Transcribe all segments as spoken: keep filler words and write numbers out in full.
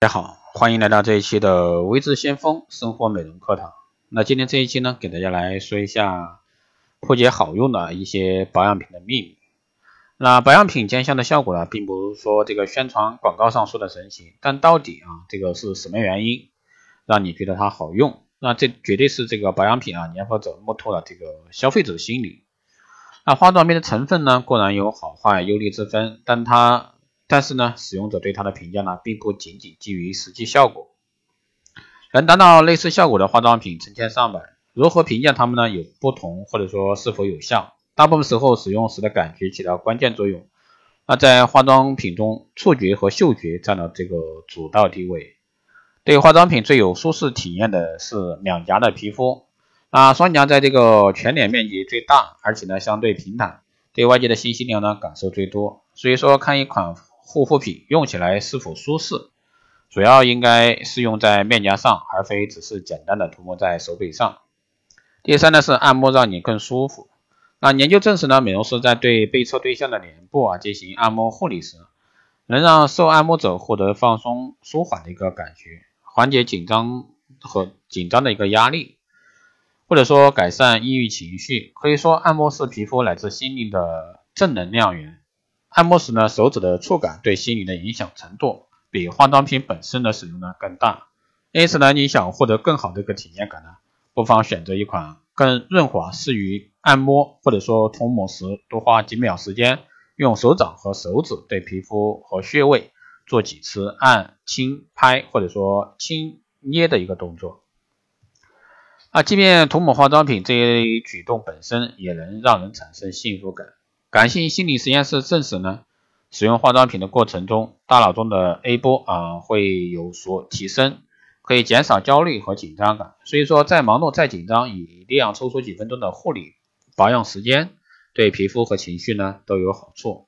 大家好，欢迎来到这一期的微智先锋生活美容课堂。那今天这一期呢，给大家来说一下破解好用的一些保养品的秘密。那保养品见效的效果呢，并不是说这个宣传广告上说的神奇，但到底啊，这个是什么原因让你觉得它好用？那这绝对是这个保养品啊年头者摸透了这个消费者心理。那化妆品的成分呢，固然有好坏优劣之分，但它但是呢，使用者对它的评价呢，并不仅仅基于实际效果。能达到类似效果的化妆品成千上百，如何评价它们呢？有不同，或者说是否有效？大部分时候使用时的感觉起到关键作用。那在化妆品中，触觉和嗅觉占了这个主导地位。对化妆品最有舒适体验的是两颊的皮肤。那双颊在这个全脸面积最大，而且呢相对平坦，对外界的信息量呢感受最多。所以说，看一款护肤品用起来是否舒适，主要应该是用在面颊上，而非只是简单的涂抹在手背上。第三呢是按摩让你更舒服。那研究证实呢，美容师在对被测对象的脸部啊进行按摩护理时，能让受按摩者获得放松舒缓的一个感觉，缓解紧张和紧张的一个压力，或者说改善抑郁情绪。可以说按摩是皮肤乃至心灵的正能量源。按摩时呢，手指的触感对心理的影响程度比化妆品本身的使用呢更大。因此呢，你想获得更好的一个体验感呢，不妨选择一款更润滑，适于按摩或者说涂抹时多花几秒时间，用手掌和手指对皮肤和穴位做几次按、轻拍或者说轻捏的一个动作。啊，即便涂抹化妆品这一举动本身也能让人产生幸福感。感性心理实验室证实呢，使用化妆品的过程中，大脑中的 A 波啊会有所提升，可以减少焦虑和紧张感。所以说，再忙碌再紧张，一定要抽出几分钟的护理保养时间，对皮肤和情绪呢都有好处。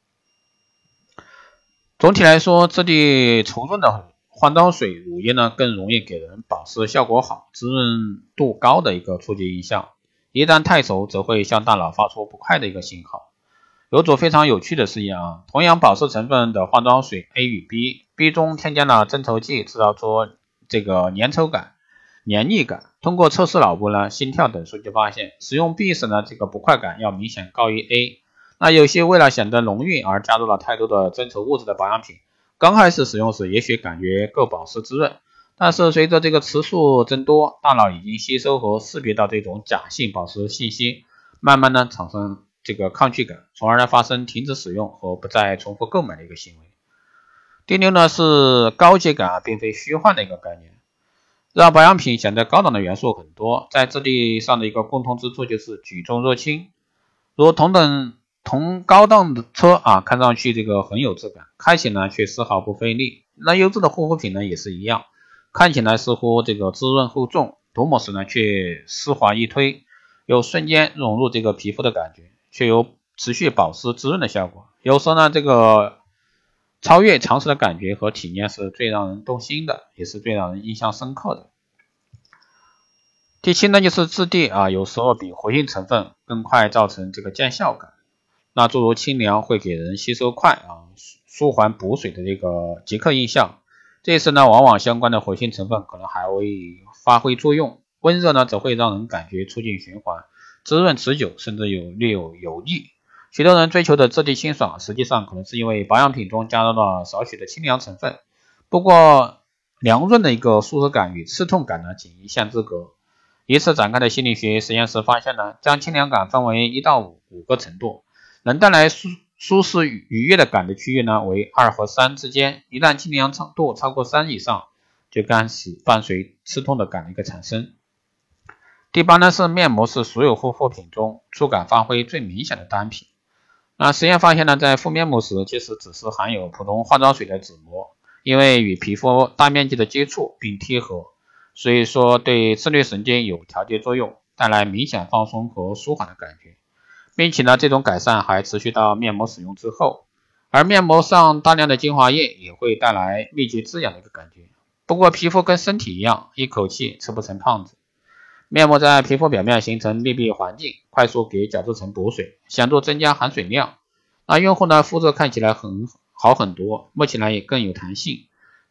总体来说，质地稠润的化妆水、乳液呢，更容易给人保湿效果好、滋润度高的一个触觉印象。一旦太稠，则会向大脑发出不快的一个信号。有组非常有趣的实验啊，同样保湿成分的化妆水 A 与 B，B 中添加了增稠剂，制造出这个粘稠感、黏腻感。通过测试脑部呢、心跳等数据发现，使用 B 时呢，这个不快感要明显高于 A。那有些为了显得浓郁而加入了太多的增稠物质的保养品，刚开始使用时也许感觉够保湿滋润，但是随着这个次数增多，大脑已经吸收和识别到这种假性保湿信息，慢慢呢产生这个抗拒感，从而呢发生停止使用和不再重复购买的一个行为。第六呢是高级感并非虚幻的一个概念，让保养品显得高档的元素很多，在质地上的一个共同之处就是举重若轻。如同等同高档的车啊，看上去这个很有质感，开起来却丝毫不费力。那优质的护肤品呢也是一样，看起来似乎这个滋润厚重，涂抹时呢却丝滑易推，有瞬间融入这个皮肤的感觉，却有持续保湿滋润的效果。有时候呢，这个超越常识的感觉和体验是最让人动心的，也是最让人印象深刻的。第七呢就是质地啊，有时候比活性成分更快造成这个见效感。那诸如清凉会给人吸收快啊、舒缓补水的这个即刻印象。这时呢，往往相关的活性成分可能还会发挥作用。温热呢，则会让人感觉促进循环、滋润持久，甚至有略有油腻。许多人追求的质地清爽，实际上可能是因为保养品中加入了少许的清凉成分。不过，凉润的一个舒适感与刺痛感呢，仅一线之隔。一次展开的心理学实验室发现呢，将清凉感分为一到五五个程度。能带来舒舒适愉悦的感的区域呢为二和三之间，一旦清凉度超过三以上，就开始伴随刺痛的感的一个产生。第八呢是面膜是所有护肤品中触感发挥最明显的单品。那实验发现呢，在敷面膜时，即使只是含有普通化妆水的纸膜，因为与皮肤大面积的接触并贴合，所以说对自律神经有调节作用，带来明显放松和舒缓的感觉。并且呢，这种改善还持续到面膜使用之后，而面膜上大量的精华液也会带来密集滋养的一个感觉。不过皮肤跟身体一样，一口气吃不成胖子。面膜在皮肤表面形成密闭环境，快速给角质层补水，显著增加含水量。那用户呢，肤质看起来很好很多，摸起来也更有弹性。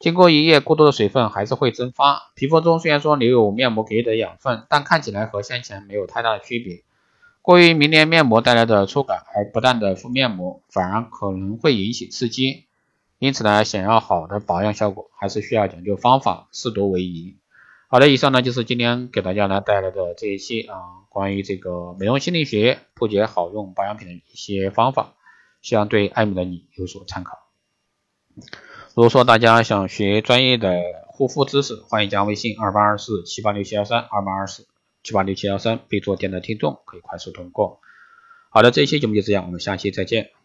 经过一夜，过多的水分还是会蒸发，皮肤中虽然说留有面膜给予的养分，但看起来和先前没有太大的区别。过于迷恋面膜带来的触感而不当的敷面膜，反而可能会引起刺激。因此呢，想要好的保养效果，还是需要讲究方法，适度为宜。好的，以上呢就是今天给大家呢带来的这一期啊，关于这个美容心理学破解好用保养品的一些方法，希望对爱美的你有所参考。如果说大家想学专业的护肤知识，欢迎加微信二八二四七八六七一三 二八二四七八六七一三，备注电台听众，可以快速通过。好的，这一期节目就这样，我们下期再见。